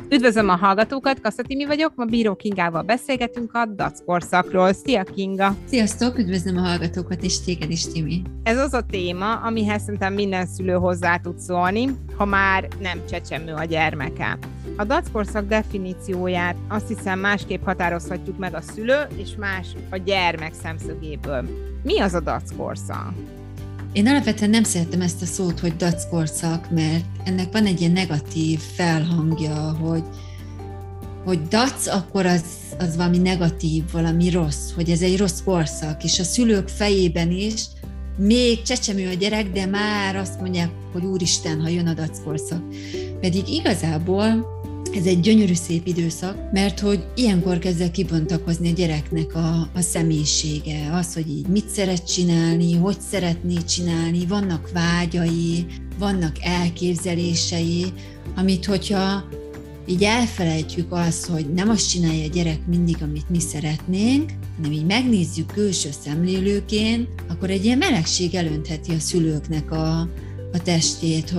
Üdvözlöm a hallgatókat, Kassa Timi vagyok, ma Bíró Kingával beszélgetünk a DAC korszakról. Szia, Kinga! Sziasztok, üdvözlöm a hallgatókat, és téged is, Timi. Ez az a téma, amihez szerintem minden szülő hozzá tud szólni, ha már nem csecsemő a gyermeke. A DAC korszak definícióját azt hiszem másképp határozhatjuk meg a szülő, és más a gyermek szemszögéből. Mi az a DAC korszak? Én alapvetően nem szeretem ezt a szót, hogy DAC korszak, mert ennek van egy ilyen negatív felhangja, hogy DAC, akkor az valami negatív, valami rossz, hogy ez egy rossz korszak, és a szülők fejében is még csecsemő a gyerek, de már azt mondják, hogy úristen, ha jön a DAC korszak. Pedig igazából ez egy gyönyörű szép időszak, mert hogy ilyenkor kezd el kibontakozni a gyereknek a személyisége, az, hogy így mit szeret csinálni, hogy szeretné csinálni, vannak vágyai, vannak elképzelései, amit hogyha így elfelejtjük azt, hogy nem azt csinálja a gyerek mindig, amit mi szeretnénk, hanem így megnézzük külső szemlélőként, akkor egy ilyen melegség elöntheti a szülőknek a testét,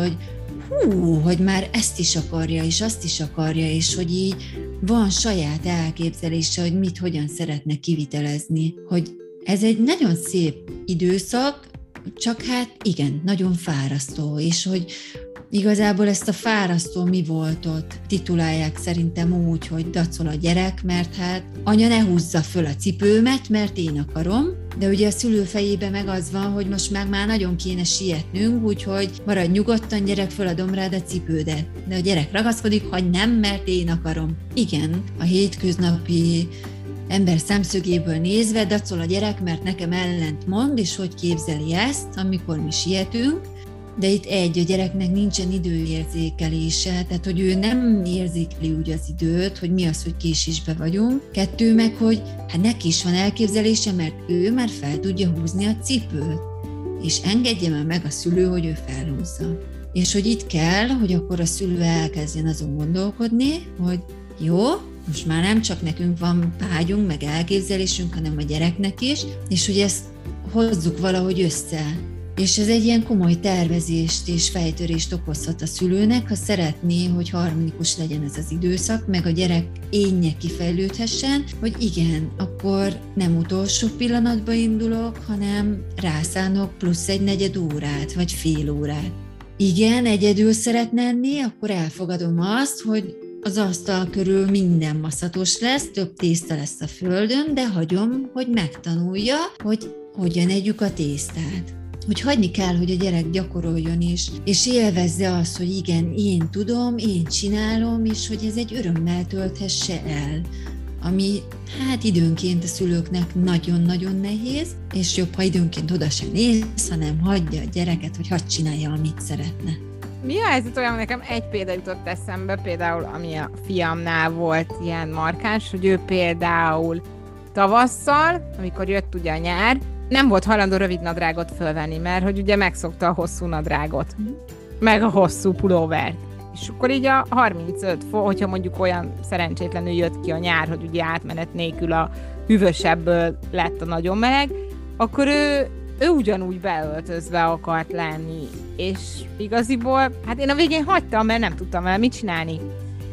hogy már ezt is akarja, és azt is akarja, és hogy így van saját elképzelése, hogy mit, hogyan szeretne kivitelezni. Hogy ez egy nagyon szép időszak, csak hát igen, nagyon fárasztó, és hogy igazából ezt a fárasztó mi volt ott titulálják szerintem úgy, hogy dacol a gyerek, mert hát anya ne húzza föl a cipőmet, mert én akarom, de ugye a szülő fejében meg az van, hogy most már nagyon kéne sietnünk, úgyhogy maradj nyugodtan, gyerek, föladom rád a cipődet. De a gyerek ragaszkodik, hogy nem, mert én akarom. Igen, a hétköznapi ember szemszögéből nézve dacol a gyerek, mert nekem ellent mond, és hogy képzeli ezt, amikor mi sietünk. De itt a gyereknek nincsen időérzékelése, tehát hogy ő nem érzékeli úgy az időt, hogy mi az, hogy késésbe vagyunk. 2 meg, hogy hát neki is van elképzelése, mert ő már fel tudja húzni a cipőt, és engedje már meg a szülő, hogy ő felhúzza. És hogy itt kell, hogy akkor a szülő elkezdjen azon gondolkodni, hogy jó, most már nem csak nekünk van vágyunk, meg elképzelésünk, hanem a gyereknek is, és hogy ezt hozzuk valahogy össze. És ez egy ilyen komoly tervezést és fejtörést okozhat a szülőnek, ha szeretné, hogy harmonikus legyen ez az időszak, meg a gyerek énje kifejlődhessen, hogy igen, akkor nem utolsó pillanatban indulok, hanem rászánok plusz egy negyed órát, vagy fél órát. Igen, egyedül szeretne enni, akkor elfogadom azt, hogy az asztal körül minden maszatos lesz, több tészta lesz a földön, de hagyom, hogy megtanulja, hogy hogyan együk a tésztát. Hogy hagyni kell, hogy a gyerek gyakoroljon is, és élvezze azt, hogy igen, én tudom, én csinálom, és hogy ez egy örömmel tölthesse el, ami hát időnként a szülőknek nagyon-nagyon nehéz, és jobb, ha időnként oda sem néz, hanem hagyja a gyereket, hogy hadd csinálja, amit szeretne. Mi a helyzet olyan, nekem egy példa jutott eszembe, például ami a fiamnál volt ilyen markáns, hogy ő például tavasszal, amikor jött ugye a nyár, nem volt hajlandó rövid nadrágot fölvenni, mert hogy ugye megszokta a hosszú nadrágot, meg a hosszú pulóvert. És akkor így a 35 fok, hogyha mondjuk olyan szerencsétlenül jött ki a nyár, hogy ugye átmenet nélkül a hűvösebből lett a nagyon meleg, akkor ő ugyanúgy beöltözve akart lenni. És igaziból, hát én a végén hagytam, mert nem tudtam vele mit csinálni.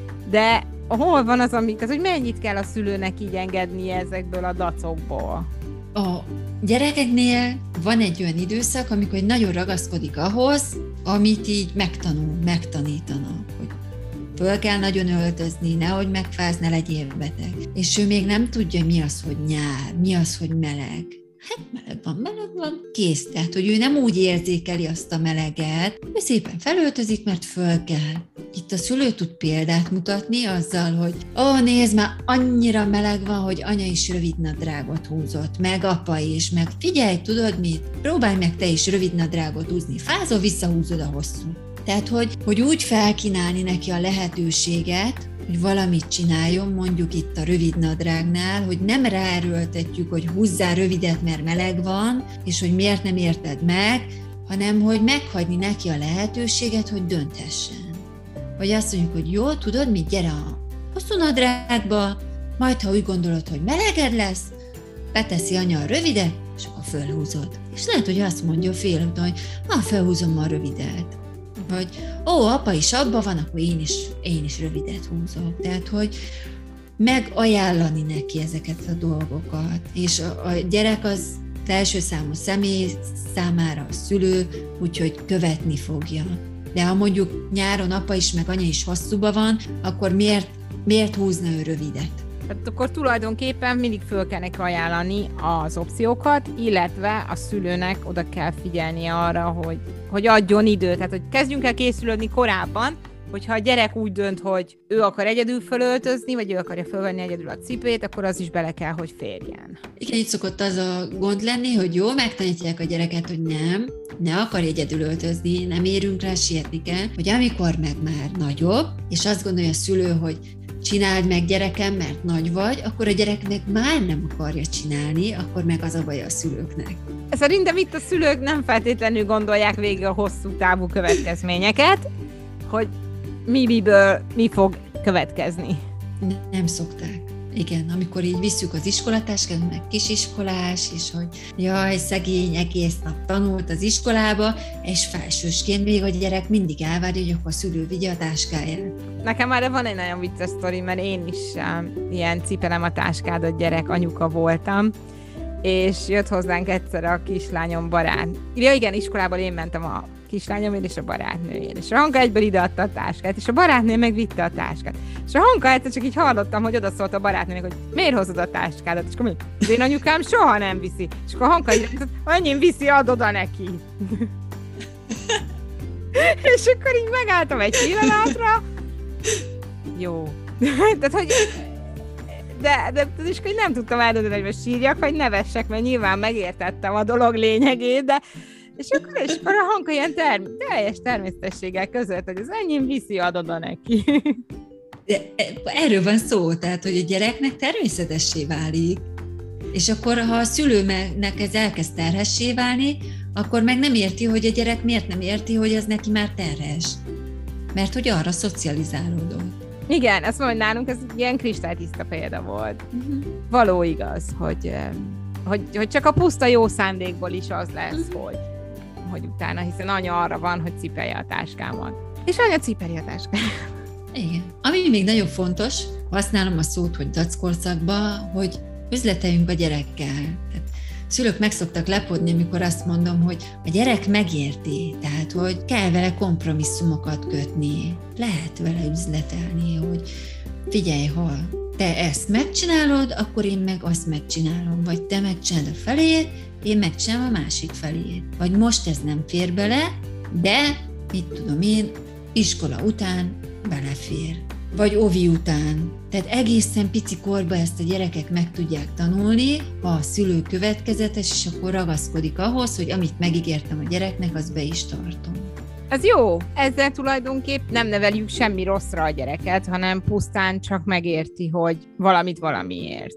De hol van az, tehát hogy mennyit kell a szülőnek így engednie ezekből a dacokból? A gyerekeknél van egy olyan időszak, amikor nagyon ragaszkodik ahhoz, amit így megtanítanak, hogy föl kell nagyon öltözni, nehogy megfázz, ne legyél beteg. És ő még nem tudja, mi az, hogy nyár, mi az, hogy meleg. Hát meleg van, kész. Tehát, hogy ő nem úgy érzékeli azt a meleget, ő szépen felöltözik, mert föl kell. Itt a szülő tud példát mutatni azzal, hogy nézd már, annyira meleg van, hogy anya is rövidnadrágot húzott, meg apa is, meg figyelj, tudod mit? Próbálj meg te is rövidnadrágot húzni, fázol, visszahúzod a hosszú. Tehát, hogy úgy felkínálni neki a lehetőséget, hogy valamit csináljon, mondjuk itt a rövidnadrágnál, hogy nem ráerőltetjük, hogy húzzál rövidet, mert meleg van, és hogy miért nem érted meg, hanem hogy meghagyni neki a lehetőséget, hogy dönthessen. Vagy azt mondjuk, hogy jó, tudod mit, gyere a hosszú nadrágba, majd ha úgy gondolod, hogy meleged lesz, beteszi anya a rövidet, és akkor fölhúzod. És lehet, hogy azt mondja fél után, hogy felhúzom a rövidet. Vagy apa is abban van, akkor én is rövidet húzok. Tehát, hogy megajánlani neki ezeket a dolgokat. És a gyerek az első számú személy számára a szülő, úgyhogy követni fogja. De ha mondjuk nyáron apa is, meg anya is hosszúban van, akkor miért húzna ő rövidet? Tehát akkor tulajdonképpen mindig föl kell neki ajánlani az opciókat, illetve a szülőnek oda kell figyelni arra, hogy adjon időt. Tehát, hogy kezdjünk el készülődni korábban, hogyha a gyerek úgy dönt, hogy ő akar egyedül fölöltözni, vagy ő akarja fölvenni egyedül a cipőt, akkor az is bele kell, hogy férjen. Igen, itt szokott az a gond lenni, hogy jó, megtanítják a gyereket, hogy ne akar egyedül öltözni, nem érünk rá, sietni kell, hogy amikor meg már nagyobb, és azt gondolja a szülő, hogy csináld meg gyerekem, mert nagy vagy, akkor a gyereknek már nem akarja csinálni, akkor meg az a baj a szülőknek. Szerintem itt a szülők nem feltétlenül gondolják végig a hosszú távú következményeket, hogy miből mi fog következni. Nem szokták. Igen, amikor így visszük az iskolatáskát, meg kisiskolás, és hogy jaj, szegény, egész nap tanult az iskolába, és felsősként még a gyerek mindig elvárja, hogy akkor a szülő vigye a táskáját. Nekem már van egy nagyon vicces sztori, mert én is ilyen cipelem a táskádat gyerek anyuka voltam, és jött hozzánk egyszer a kislányom barát. Ja, igen, iskolában én mentem a kislányomért és a barátnőjén. És a Hanka egyből ideadta a táskát, és a barátnő megvitte a táskát. És a Hanka egyszer csak így hallottam, hogy odaszólt a barátnőnek, hogy miért hozod a táskádat? És akkor mondja, az én anyukám soha nem viszi. És akkor a Hanka így annyim viszi, ad oda neki. És akkor így megálltam egy pillanatra. Jó. Tehát, hogy de és hogy nem tudtam eldönteni, hogy most sírjak, vagy nevessek, mert nyilván megértettem a dolog lényegét, de és akkor a Hanka ilyen teljes természetességgel között, hogy az enyém viszi, ad oda neki. De erről van szó, tehát, hogy a gyereknek természetessé válik, és akkor, ha a szülőnek ez elkezd terhessé válni, akkor meg nem érti, hogy a gyerek miért nem érti, hogy ez neki már terhes. Mert hogy arra szocializálódott. Igen, azt mondom, hogy nálunk ez ilyen kristálytiszta példa volt. Való igaz, hogy csak a puszta jó szándékból is az lesz, hogy utána, hiszen anya arra van, hogy cipelje a táskámat. És anya cipelje a táskámat. Igen. Ami még nagyon fontos, használom a szót, hogy dackorszakban, hogy üzleteljünk a gyerekkel. Tehát szülők meg szoktak lepodni, amikor azt mondom, hogy a gyerek megérti, tehát hogy kell vele kompromisszumokat kötni, lehet vele üzletelni, hogy figyelj, ha te ezt megcsinálod, akkor én meg azt megcsinálom, vagy te megcsinálod a felét, én megcsinálom a másik felét. Vagy most ez nem fér bele, de, mit tudom én, iskola után belefér. Vagy óvi után. Tehát egészen pici korban ezt a gyerekek meg tudják tanulni, ha a szülő következetes, és akkor ragaszkodik ahhoz, hogy amit megígértem a gyereknek, azt be is tartom. Ez jó. Ezzel tulajdonképp nem neveljük semmi rosszra a gyereket, hanem pusztán csak megérti, hogy valamit valamiért.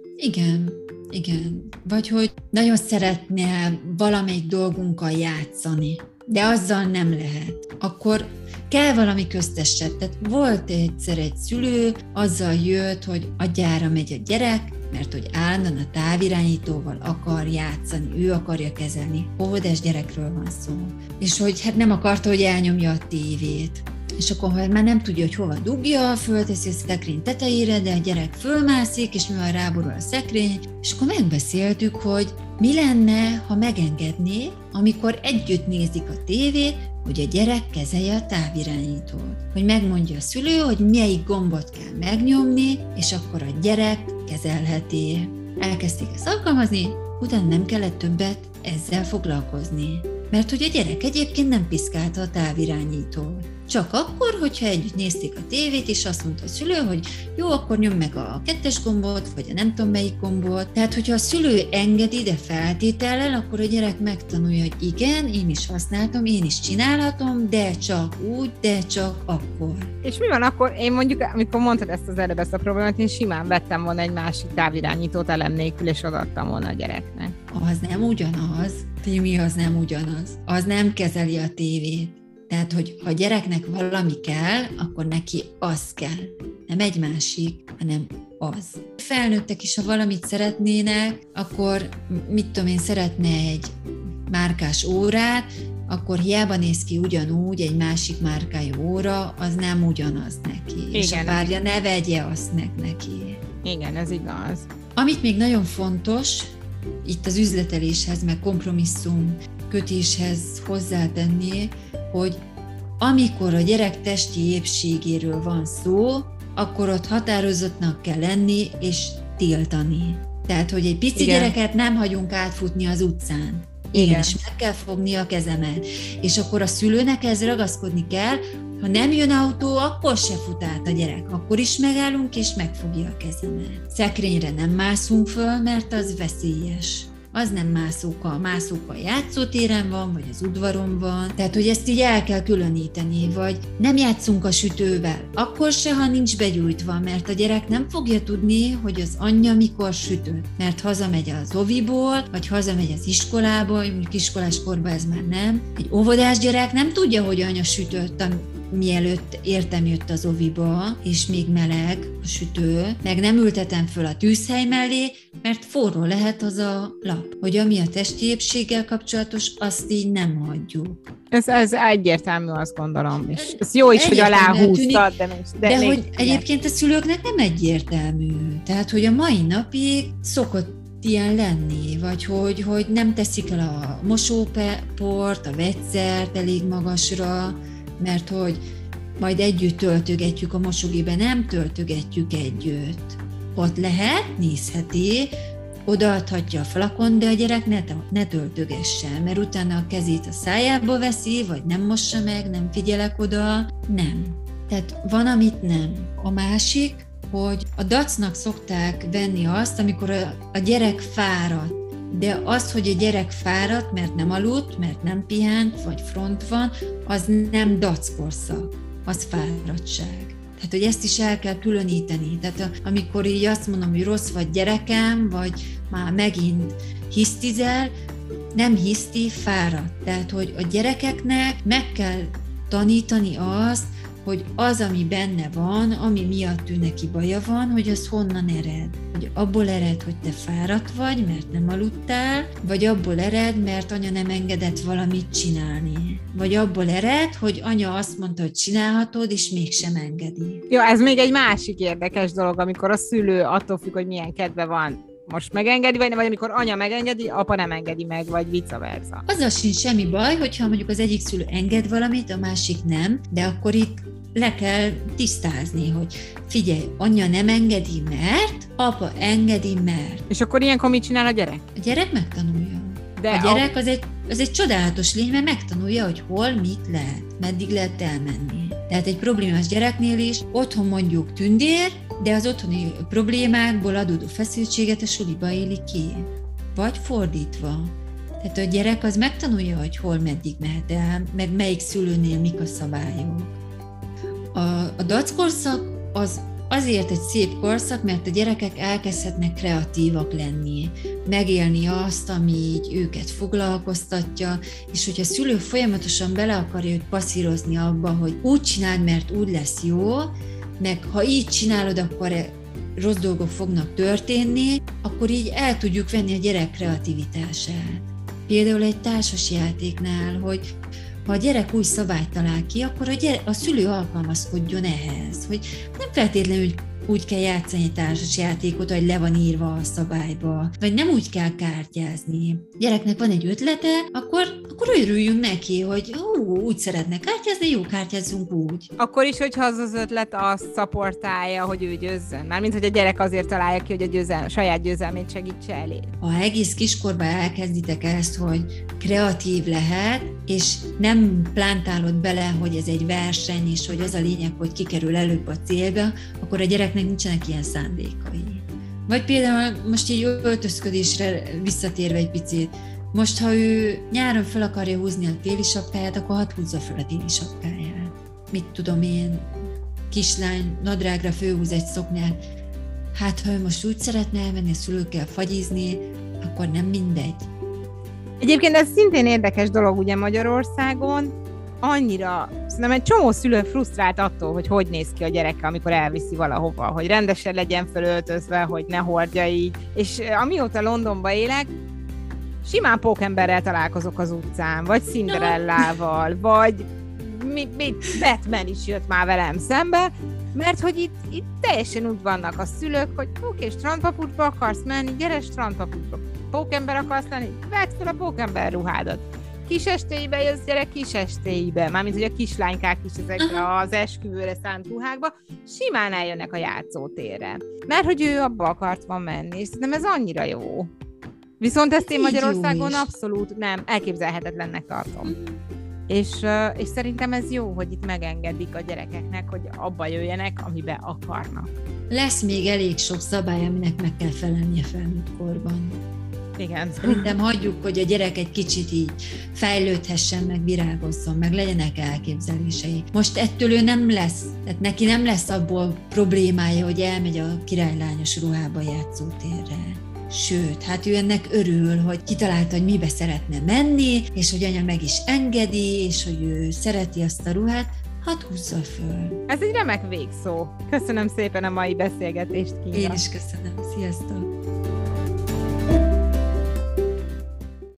Igen. Vagy hogy nagyon szeretne valamelyik dolgunkkal játszani, de azzal nem lehet. Akkor kell valami közteset. Tehát volt egyszer egy szülő, azzal jött, hogy a gyára megy a gyerek, mert hogy állandóan a távirányítóval akar játszani, ő akarja kezelni. Óvodás gyerekről van szó. És hogy hát nem akarta, hogy elnyomja a tévét. És akkor már nem tudja, hogy hova dugja, fölteszi a szekrény tetejére, de a gyerek fölmászik, és mivel ráborul a szekrény, és akkor megbeszéltük, hogy mi lenne, ha megengedné, amikor együtt nézik a tévét, hogy a gyerek kezelje a távirányítót. Hogy megmondja a szülő, hogy melyik gombot kell megnyomni, és akkor a gyerek kezelheti. Elkezdték ezt alkalmazni, utána nem kellett többet ezzel foglalkozni. Mert hogy a gyerek egyébként nem piszkálta a távirányítót. Csak akkor, hogyha együtt nézték a tévét, és azt mondta a szülő, hogy jó, akkor nyom meg a 2-es gombot, vagy a nem tudom melyik gombot. Tehát, hogyha a szülő engedi, de feltétellel, akkor a gyerek megtanulja, hogy igen, én is használtam, én is csinálhatom, de csak úgy, de csak akkor. És mi van akkor? Én mondjuk, amikor mondtad ezt az előbb, ezt a problémát, én simán vettem volna egy másik távirányítót elem nélkül, és odaadtam volna a gyereknek. Az nem ugyanaz. Timi, az nem ugyanaz. Az nem kezeli a tévét. Tehát, hogy ha a gyereknek valami kell, akkor neki az kell. Nem egy másik, hanem az. Felnőttek is, ha valamit szeretnének, akkor mit tudom én, szeretne egy márkás órát, akkor hiába néz ki ugyanúgy egy másik márkájú óra, az nem ugyanaz neki. Igen. És a párja ne vegye azt meg neki. Igen, ez igaz. Amit még nagyon fontos, itt az üzleteléshez, meg kompromisszum kötéshez hozzátenni, hogy amikor a gyerek testi épségéről van szó, akkor ott határozottnak kell lenni és tiltani. Tehát, hogy egy pici gyereket nem hagyunk átfutni az utcán. És meg kell fogni a kezemet. És akkor a szülőnek ez ragaszkodni kell, ha nem jön autó, akkor se fut át a gyerek. Akkor is megállunk, és megfogja a kezemet. Szekrényre nem mászunk föl, mert az veszélyes. Az nem mászóka játszótéren van, vagy az udvaron van. Tehát, hogy ezt így el kell különíteni, vagy nem játszunk a sütővel, akkor se, ha nincs begyújtva, mert a gyerek nem fogja tudni, hogy az anyja mikor sütött. Mert hazamegy az oviból, vagy hazamegy az iskolába, mondjuk iskolás korban ez már nem. Egy óvodás gyerek nem tudja, hogy anya sütött, mielőtt értem jött az oviba, és még meleg a sütő, meg nem ültetem föl a tűzhely mellé, mert forró lehet az a lap. Hogy ami a testi épséggel kapcsolatos, azt így nem hagyjuk. Ez egyértelmű, azt gondolom. És ez jó is, hogy aláhúztad, de hogy egyébként a szülőknek nem egyértelmű. Tehát, hogy a mai napig szokott ilyen lenni, vagy hogy nem teszik el a mosóport, a vegyszert elég magasra, mert hogy majd együtt töltögetjük a mosógébe, nem töltögetjük együtt. Ott lehet, nézheti, odaadhatja a flakon, de a gyerek ne töltögessen, mert utána a kezét a szájába veszi, vagy nem mossa meg, nem figyelek oda, nem. Tehát van, amit nem. A másik, hogy a dacnak szokták venni azt, amikor a gyerek fáradt, de az, hogy a gyerek fáradt, mert nem aludt, mert nem pihent, vagy front van, az nem dackorszak, az fáradtság. Tehát, hogy ezt is el kell különíteni. Tehát amikor így azt mondom, hogy rossz vagy gyerekem, vagy már megint hisztizel, nem hiszti, fáradt. Tehát, hogy a gyerekeknek meg kell tanítani azt, hogy az, ami benne van, ami miatt ő neki baja van, hogy az honnan ered. Hogy abból ered, hogy te fáradt vagy, mert nem aludtál, vagy abból ered, mert anya nem engedett valamit csinálni. Vagy abból ered, hogy anya azt mondta, hogy csinálhatod, és mégsem engedi. Jó, ez még egy másik érdekes dolog, amikor a szülő attól függ, hogy milyen kedve van, most megengedi, vagy amikor anya megengedi, apa nem engedi meg, vagy vice versa. Azzal sincs semmi baj, hogyha mondjuk az egyik szülő enged valamit, a másik nem, de akkor itt le kell tisztázni, hogy figyelj, anya nem engedi, mert, apa engedi, mert. És akkor ilyenkor mit csinál a gyerek? A gyerek megtanulja. De a gyerek az egy csodálatos lény, mert megtanulja, hogy hol mit lehet, meddig lehet elmenni. Tehát egy problémás gyereknél is otthon mondjuk tündér, de az otthoni problémákból adódó feszültséget a suliba éli ki. Vagy fordítva. Tehát a gyerek az megtanulja, hogy hol meddig mehet el, meg melyik szülőnél mik a szabályok. A dackorszak az azért egy szép korszak, mert a gyerekek elkezdhetnek kreatívak lenni, megélni azt, ami így őket foglalkoztatja, és hogyha a szülő folyamatosan bele akarja őt passzírozni abba, hogy úgy csináld, mert úgy lesz jó, meg ha így csinálod, akkor rossz dolgok fognak történni, akkor így el tudjuk venni a gyerek kreativitását. Például egy társasjátéknál, hogy ha a gyerek új szabályt talál ki, akkor a szülő alkalmazkodjon ehhez, hogy nem feltétlenül úgy kell játszani egy társasjátékot, hogy le van írva a szabályba, vagy nem úgy kell kártyázni. A gyereknek van egy ötlete, akkor örüljünk neki, hogy úgy szeretne kártyázni, jó, kártyázzunk úgy. Akkor is, hogyha az ötlet azt szaportálja, hogy ő győzzön. Mármint, hogy a gyerek azért találja ki, hogy a saját győzelmét segítse elé. Ha egész kiskorban elkezditek ezt, hogy kreatív lehet, és nem plántálod bele, hogy ez egy verseny, és hogy az a lényeg, hogy kikerül előbb a célba, akkor a gyereknek nincsenek ilyen szándékai. Vagy például most így öltözködésre visszatérve egy picit, most, ha ő nyáron fel akarja húzni a téli sapkáját, akkor hadd húzza fel a téli sapkáját. Mit tudom én, kislány nadrágra fölhúz egy szoknyát. Hát, ha ő most úgy szeretne elmenni a szülőkkel fagyizni, akkor nem mindegy. Egyébként ez szintén érdekes dolog ugye Magyarországon, annyira, szerintem egy csomó szülő frusztrált attól, hogy néz ki a gyereke, amikor elviszi valahova, hogy rendesen legyen fölöltözve, hogy ne hordja így. És amióta Londonba élek, simán pókemberrel találkozok az utcán, vagy Cinderellával, vagy Batman is jött már velem szembe, mert hogy itt teljesen úgy vannak a szülők, hogy oké, strandpapucsba akarsz menni, gyere strandpapucsba. Pókember akarsz lenni, vedd fel a pókember ruhádat. Kis estéibe jössz, gyere kis estéibe. Mármint, hogy a kislánykák is ezekre az esküvőre szánt ruhákba simán eljönnek a játszótérre. Mert hogy ő abba akart van menni, és szerintem ez annyira jó. Viszont ezt én Magyarországon abszolút nem, elképzelhetetlennek tartom. És szerintem ez jó, hogy itt megengedik a gyerekeknek, hogy abba jöjjenek, amibe akarnak. Lesz még elég sok szabály, aminek meg kell felelnie felnőtt korban. Igen. Szerintem hagyjuk, hogy a gyerek egy kicsit így fejlődhessen, meg virágozzon, meg legyenek elképzelései. Most ettől ő nem lesz, tehát neki nem lesz abból problémája, hogy elmegy a királylányos ruhába játszótérre. Sőt, hát ő ennek örül, hogy kitalálta, hogy mibe szeretne menni, és hogy anya meg is engedi, és hogy ő szereti azt a ruhát, hát húzza föl. Ez egy remek végszó. Köszönöm szépen a mai beszélgetést, Kinga. Én is köszönöm. Sziasztok!